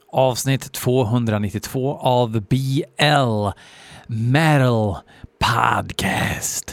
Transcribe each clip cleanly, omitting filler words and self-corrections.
avsnitt 292 av BL Metal Podcast.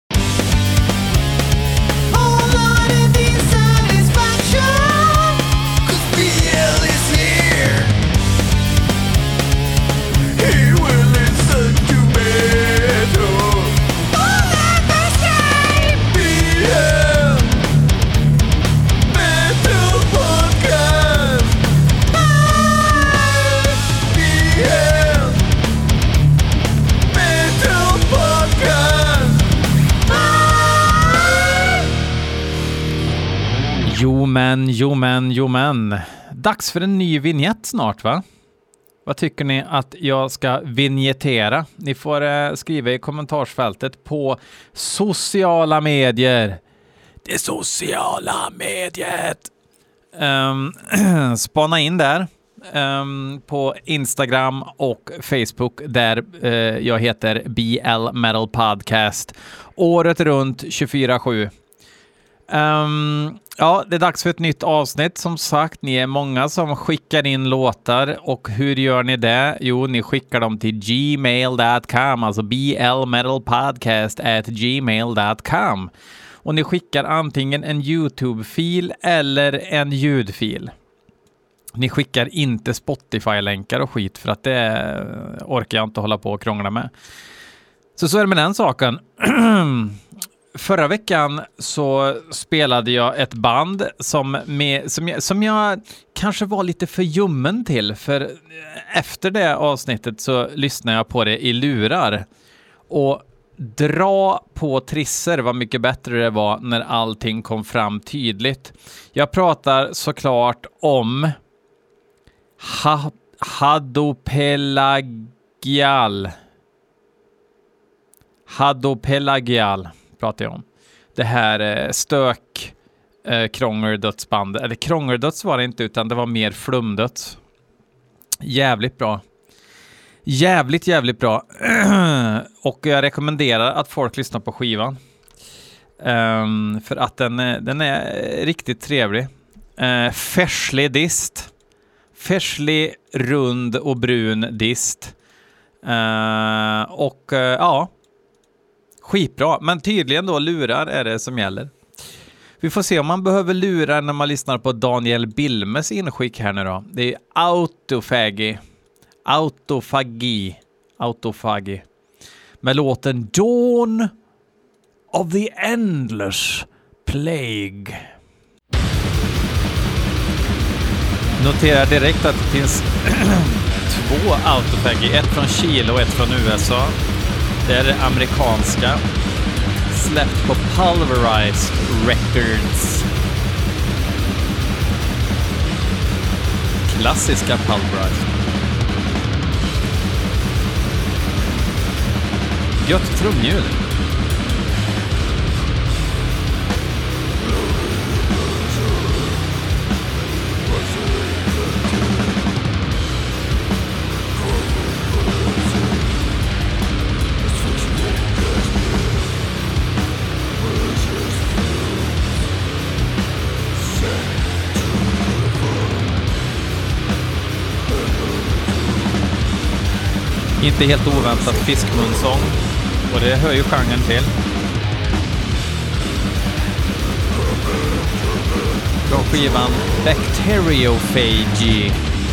Jo men. Dags för en ny vignett snart, va? Vad tycker ni att jag ska vignettera? Ni får skriva i kommentarsfältet på sociala medier. Det sociala mediet. Spana in där på Instagram och Facebook där jag heter BL Metal Podcast. Året runt 24/7. Ja, det är dags för ett nytt avsnitt. Som sagt, ni är många som skickar in låtar. Och hur gör ni det? Jo, ni skickar dem till gmail.com, alltså blmetalpodcast@gmail.com. Och ni skickar antingen en YouTube-fil eller en ljudfil. Ni skickar inte Spotify-länkar och skit, för att det orkar jag inte hålla på och krångla med. Så är det med den saken. Förra veckan så spelade jag ett band som jag kanske var lite för ljummen till, för efter det avsnittet så lyssnade jag på det i lurar. Och dra på trisser var mycket bättre det var när allting kom fram tydligt. Jag pratar såklart om Hadopelagial pratar jag om. Det här krångerdödsbandet. Eller krångerdöds var det inte, utan det var mer flumdöds. Jävligt bra. Jävligt bra. Och jag rekommenderar att folk lyssnar på skivan. För att den är riktigt trevlig. Färslig dist. Färslig, rund och brun dist. Ja, skitbra. Men tydligen då lurar är det som gäller. Vi får se om man behöver lurar när man lyssnar på Daniel Bilmes inskick här nu då. Det är Autofagi. Med låten Dawn of the Endless Plague. Notera direkt att det finns två Autofagi. Ett från Chile och ett från USA. Det är det amerikanska. Släppt på Pulverized Records. Klassiska Pulverized. Gött trumljud. Inte helt oväntat fiskmunsång, och det hör ju genren till. Från skivan Bacteriophage.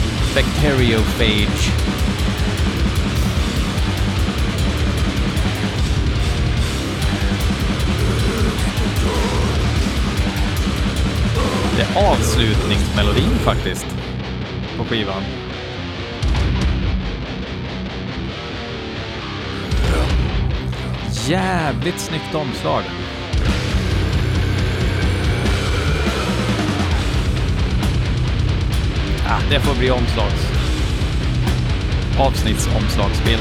Det är avslutningsmelodin faktiskt på skivan. Jävligt snyggt omslag. Det får bli avsnittsomslagsbild.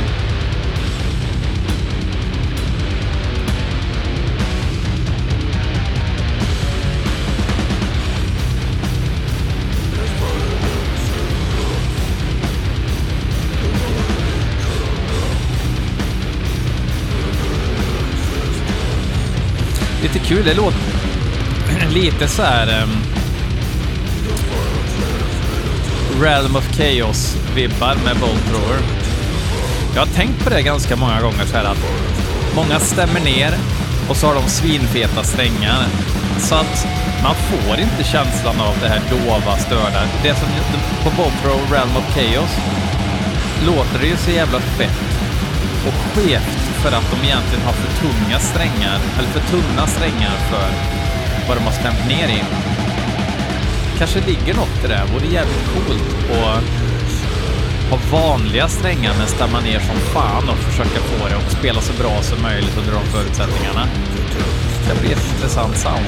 Lite kul, det låter lite så här Realm of Chaos-vibbar med Bolt Thrower. Jag har tänkt på det ganska många gånger så här att många stämmer ner och så har de svinfeta strängar. Så att man får inte känslan av det här dova störda. Det som på Bolt Thrower Realm of Chaos låter det ju så jävla fett och skevt för att de egentligen har för tunga strängar eller för tunna strängar för vad de har stämt ner i. Kanske ligger något i det. Vore jävligt coolt att ha vanliga strängar men stämma ner som fan och försöka få det och spela så bra som möjligt under de förutsättningarna. Det blir ett intressant sound.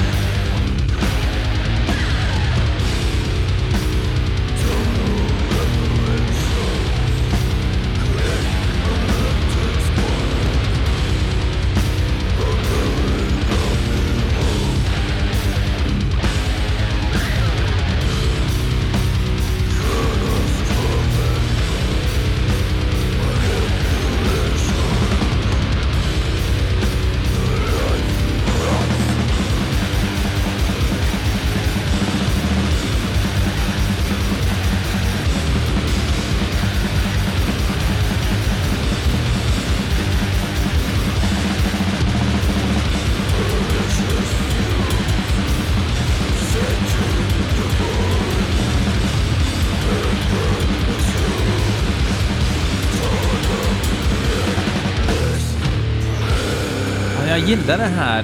Jag gillar det här.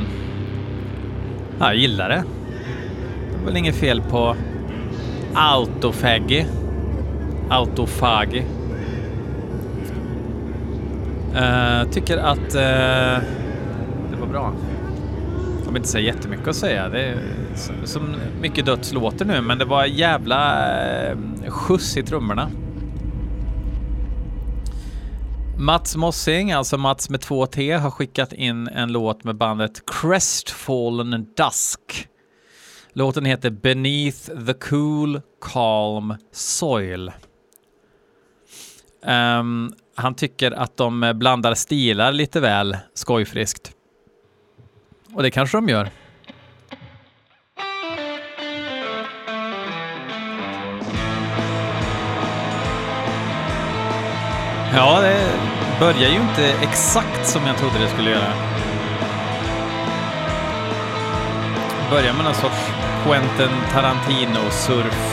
Jag gillar det. Det är väl inget fel på Autofagi. Tycker att det var bra. Jag vill inte säga jättemycket att säga. Det är som mycket dödslåter nu, men det var jävla skjuts i trummorna. Mats Mossing, alltså Mats med 2T, har skickat in en låt med bandet Crestfallen Dusk. Låten heter Beneath the Cool Calm Soil. Han tycker att de blandar stilar lite väl skojfriskt. Och det kanske de gör. Ja, det börjar ju inte exakt som jag trodde det skulle göra. Börjar med någon sorts Quentin Tarantino-surf.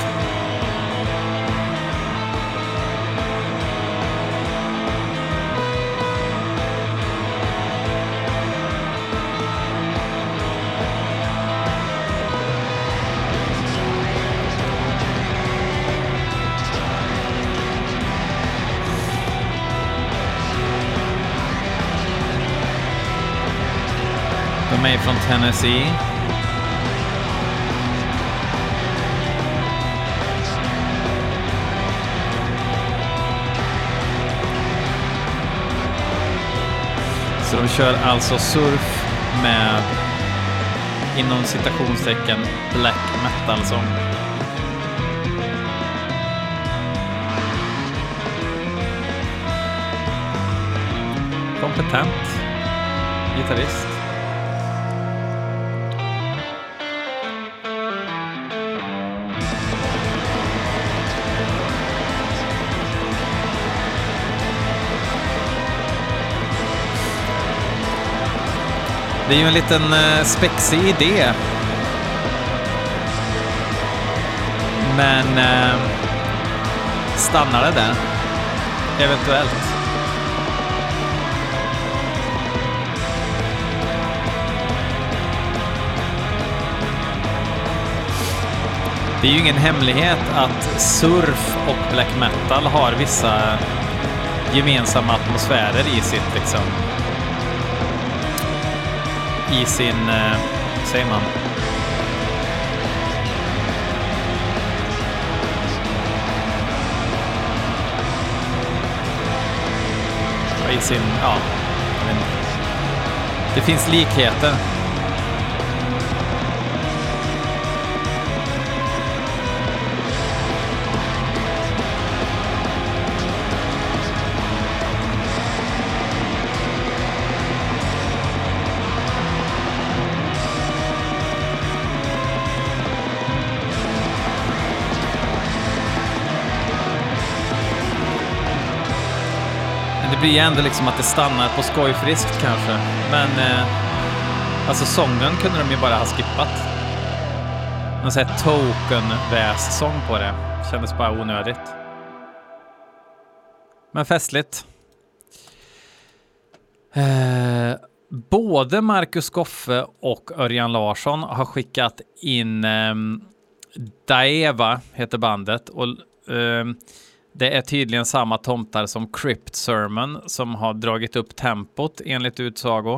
De är från Tennessee. Så de kör alltså surf med inom citationstecken black metal sång. Kompetent gitarrist. Det är ju en liten spexig idé. Men stannar det där? Eventuellt. Det är ju ingen hemlighet att surf och black metal har vissa gemensamma atmosfärer i sitt liksom i sin, säger man, i sin, ja, men det finns likheter. det blir ändå liksom att det stannar på skojfriskt kanske. Men alltså sången kunde de ju bara ha skippat. Någon sån här token-väs-sång på det. Kändes bara onödigt. Men festligt. Både Marcus Goffe och Örjan Larsson har skickat in Daeva heter bandet och det är tydligen samma tomtar som Crypt Sermon som har dragit upp tempot enligt utsago.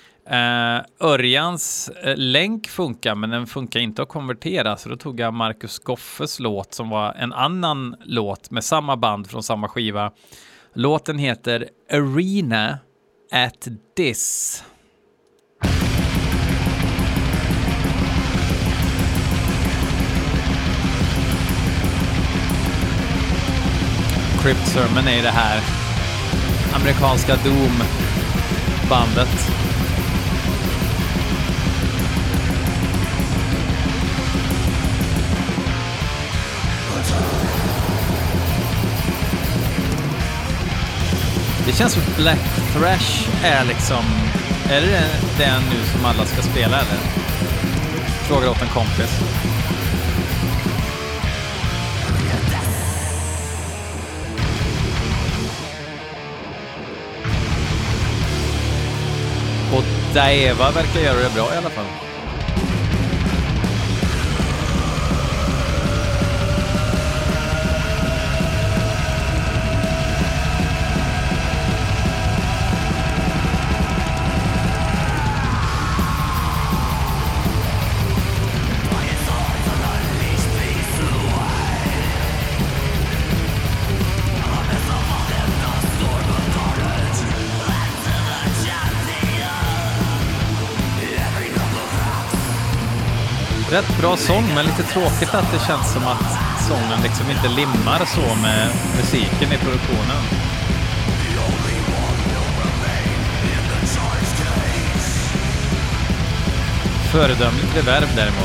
Örjans länk funkar men den funkar inte att konvertera, så då tog jag Marcus Goffes låt som var en annan låt med samma band från samma skiva. Låten heter Arena at This. Crypt Sermon är det här amerikanska Doom-bandet. Det känns som Black Thrash är liksom... Är det den nu som alla ska spela eller? Frågar åt en kompis. Och Daeva verkar göra det bra i alla fall. Rätt bra sång, men lite tråkigt att det känns som att sången liksom inte limmar så med musiken i produktionen. Föredömligt reverb däremot.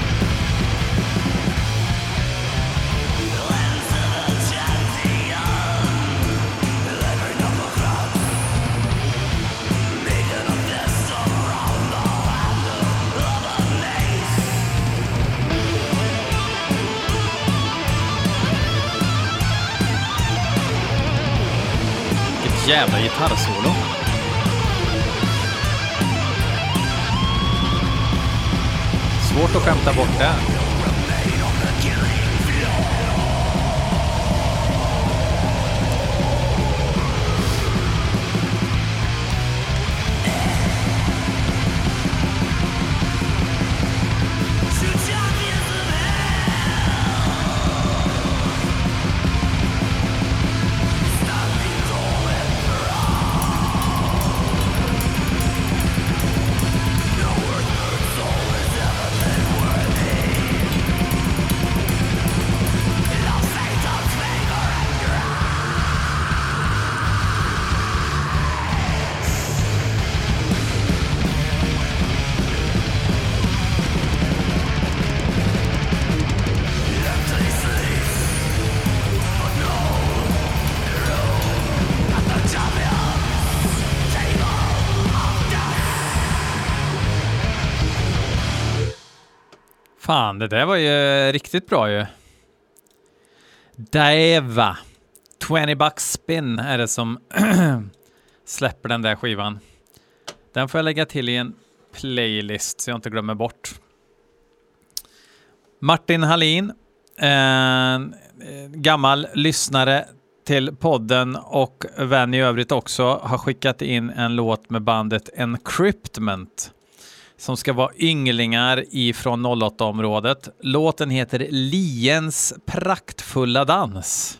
Jävla gitarrsolo. Svårt att skämta bort det. Fan, det där var ju riktigt bra ju. Daeva. 20 bucks spin är det som släpper den där skivan. Den får jag lägga till i en playlist så jag inte glömmer bort. Martin Hallin, gammal lyssnare till podden och vän i övrigt också, har skickat in en låt med bandet Encryptment som ska vara ynglingar ifrån 08-området. Låten heter Liens praktfulla dans.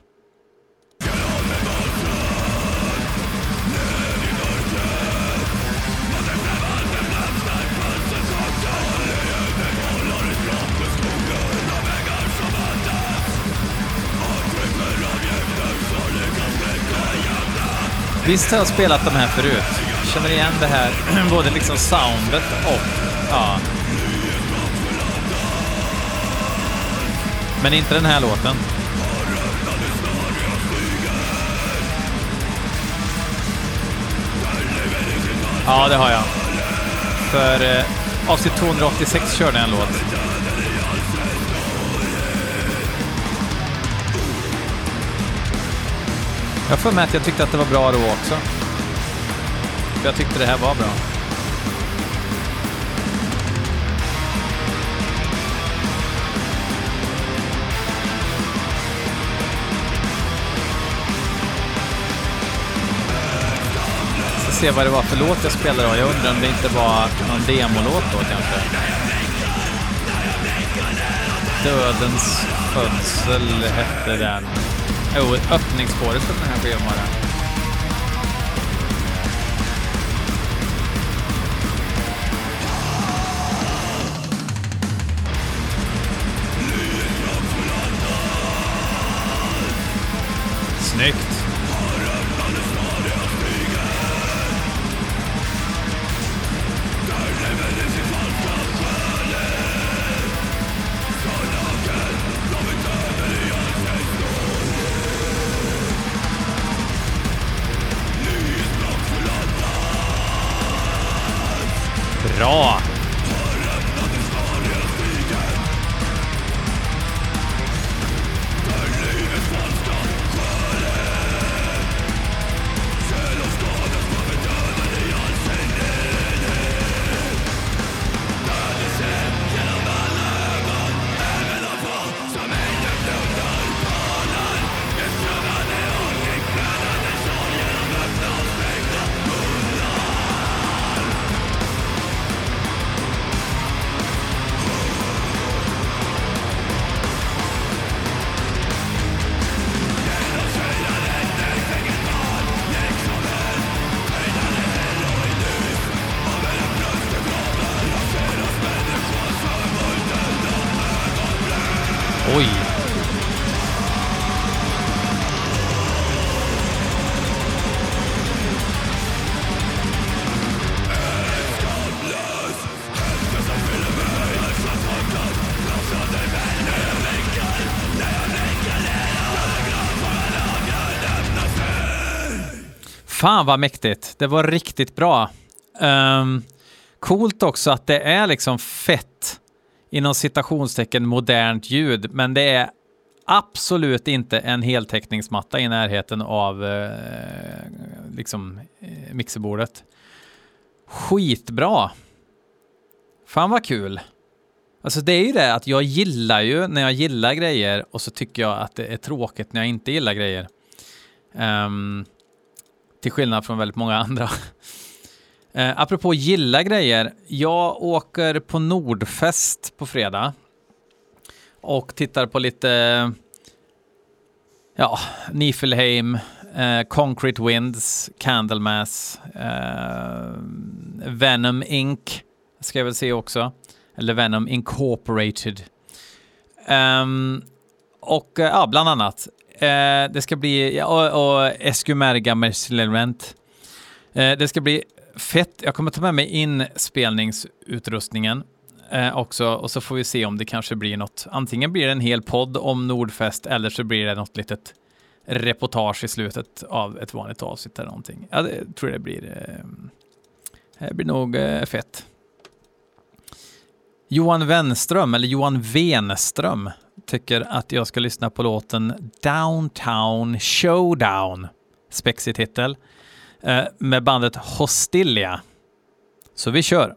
Visst har jag spelat de här förut. Känner igen det här, både liksom soundet och ja. Men inte den här låten. Ja, det har jag. För avsnitt 286 körde jag en låt. Jag får med att jag tyckte att det var bra då också. För jag tyckte det här var bra. Se vad det var för låt jag spelade då. Jag undrar om det inte var någon demolåt då kanske. Dödens födsel hette den. Öppningsspåret för den här skivan. Snyggt. Bra! Oj. Fan vad mäktigt. Det var riktigt bra. Coolt också att det är liksom fett inom citationstecken modernt ljud, men det är absolut inte en heltäckningsmatta i närheten av mixerbordet. Skitbra. Fan vad kul. Alltså det är ju det att jag gillar ju när jag gillar grejer och så tycker jag att det är tråkigt när jag inte gillar grejer. Till skillnad från väldigt många andra. Apropå gilla grejer, jag åker på Nordfest på fredag och tittar på lite Niflheim, Concrete Winds, Candlemass, Venom Inc. ska jag väl se också, eller Venom Incorporated. Bland annat. Det ska bli och Eskumerga Mercilent. Det ska bli fett. Jag kommer ta med mig inspelningsutrustningen också och så får vi se om det kanske blir något. Antingen blir det en hel podd om Nordfest eller så blir det något litet reportage i slutet av ett vanligt avsnitt eller någonting. Ja, det tror jag det blir nog fett. Johan Wenström tycker att jag ska lyssna på låten Downtown Showdown, spexig titel, med bandet Hostilia. Så vi kör.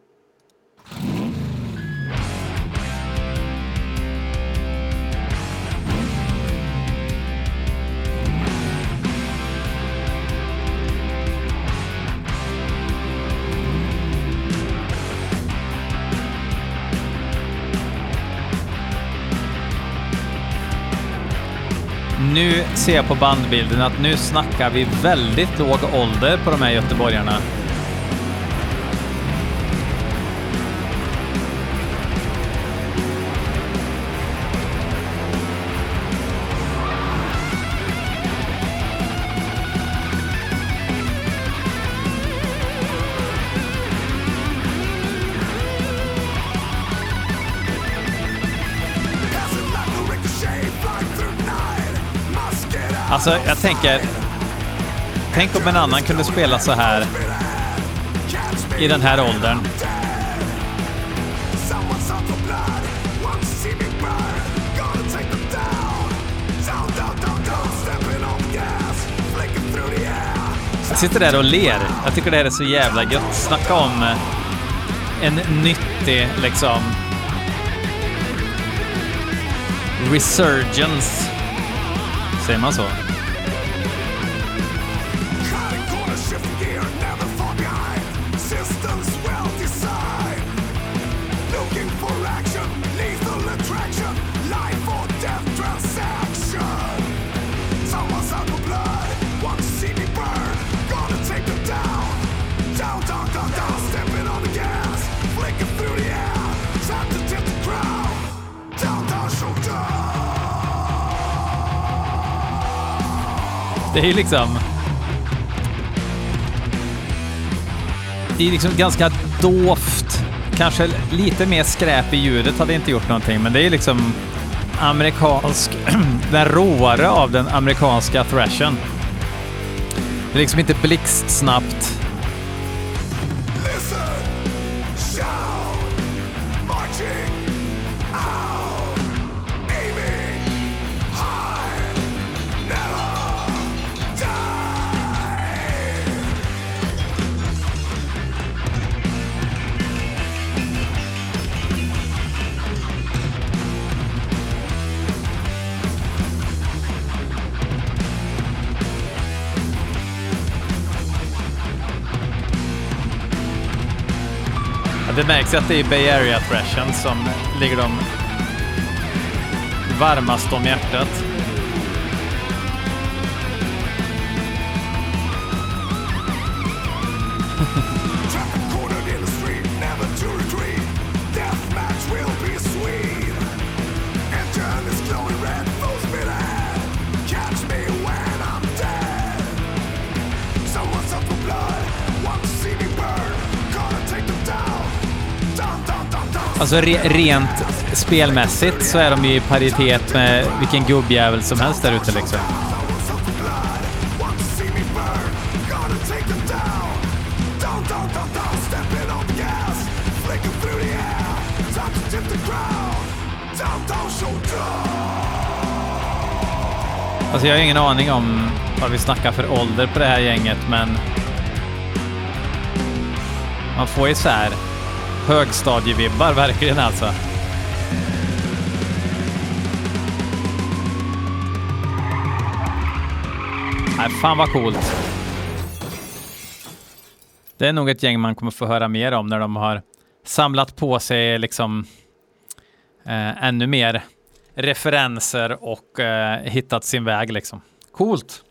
Nu ser jag på bandbilden att nu snackar vi väldigt låg ålder på de här göteborgarna. Alltså, jag tänker... Tänk om en annan kunde spela så här i den här åldern. Jag sitter där och ler. Jag tycker det här är så jävla gött. Snacka om en nyttig liksom resurgence. Säger man så? Det är ju liksom... Det är liksom ganska doft. Kanske lite mer skräp i ljudet hade inte gjort någonting. Men det är liksom amerikansk... den råare av den amerikanska thrashen. Det är liksom inte blixtsnabbt. Det märks att det är Bay Area thrashen som ligger dem varmast om hjärtat. Alltså rent spelmässigt så är de ju i paritet med vilken gubbjävel som helst där ute liksom. Alltså jag har ingen aning om vad vi snackar för ålder på det här gänget, men man får ju så här högstadievibbar verkligen alltså. Nej, fan vad coolt. Det är nog ett gäng man kommer få höra mer om när de har samlat på sig liksom ännu mer referenser och hittat sin väg liksom. Coolt.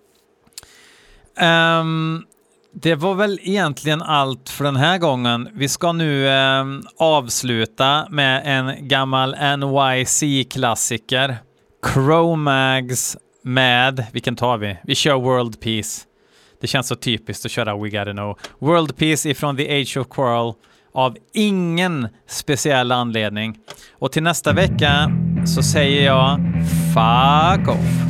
Det var väl egentligen allt för den här gången. Vi ska nu avsluta med en gammal NYC-klassiker. Cro-Mags med, vilken tar vi? Vi kör World Peace. Det känns så typiskt att köra We Gotta Know. World Peace ifrån The Age of Quarrel av ingen speciell anledning. Och till nästa vecka så säger jag fuck off.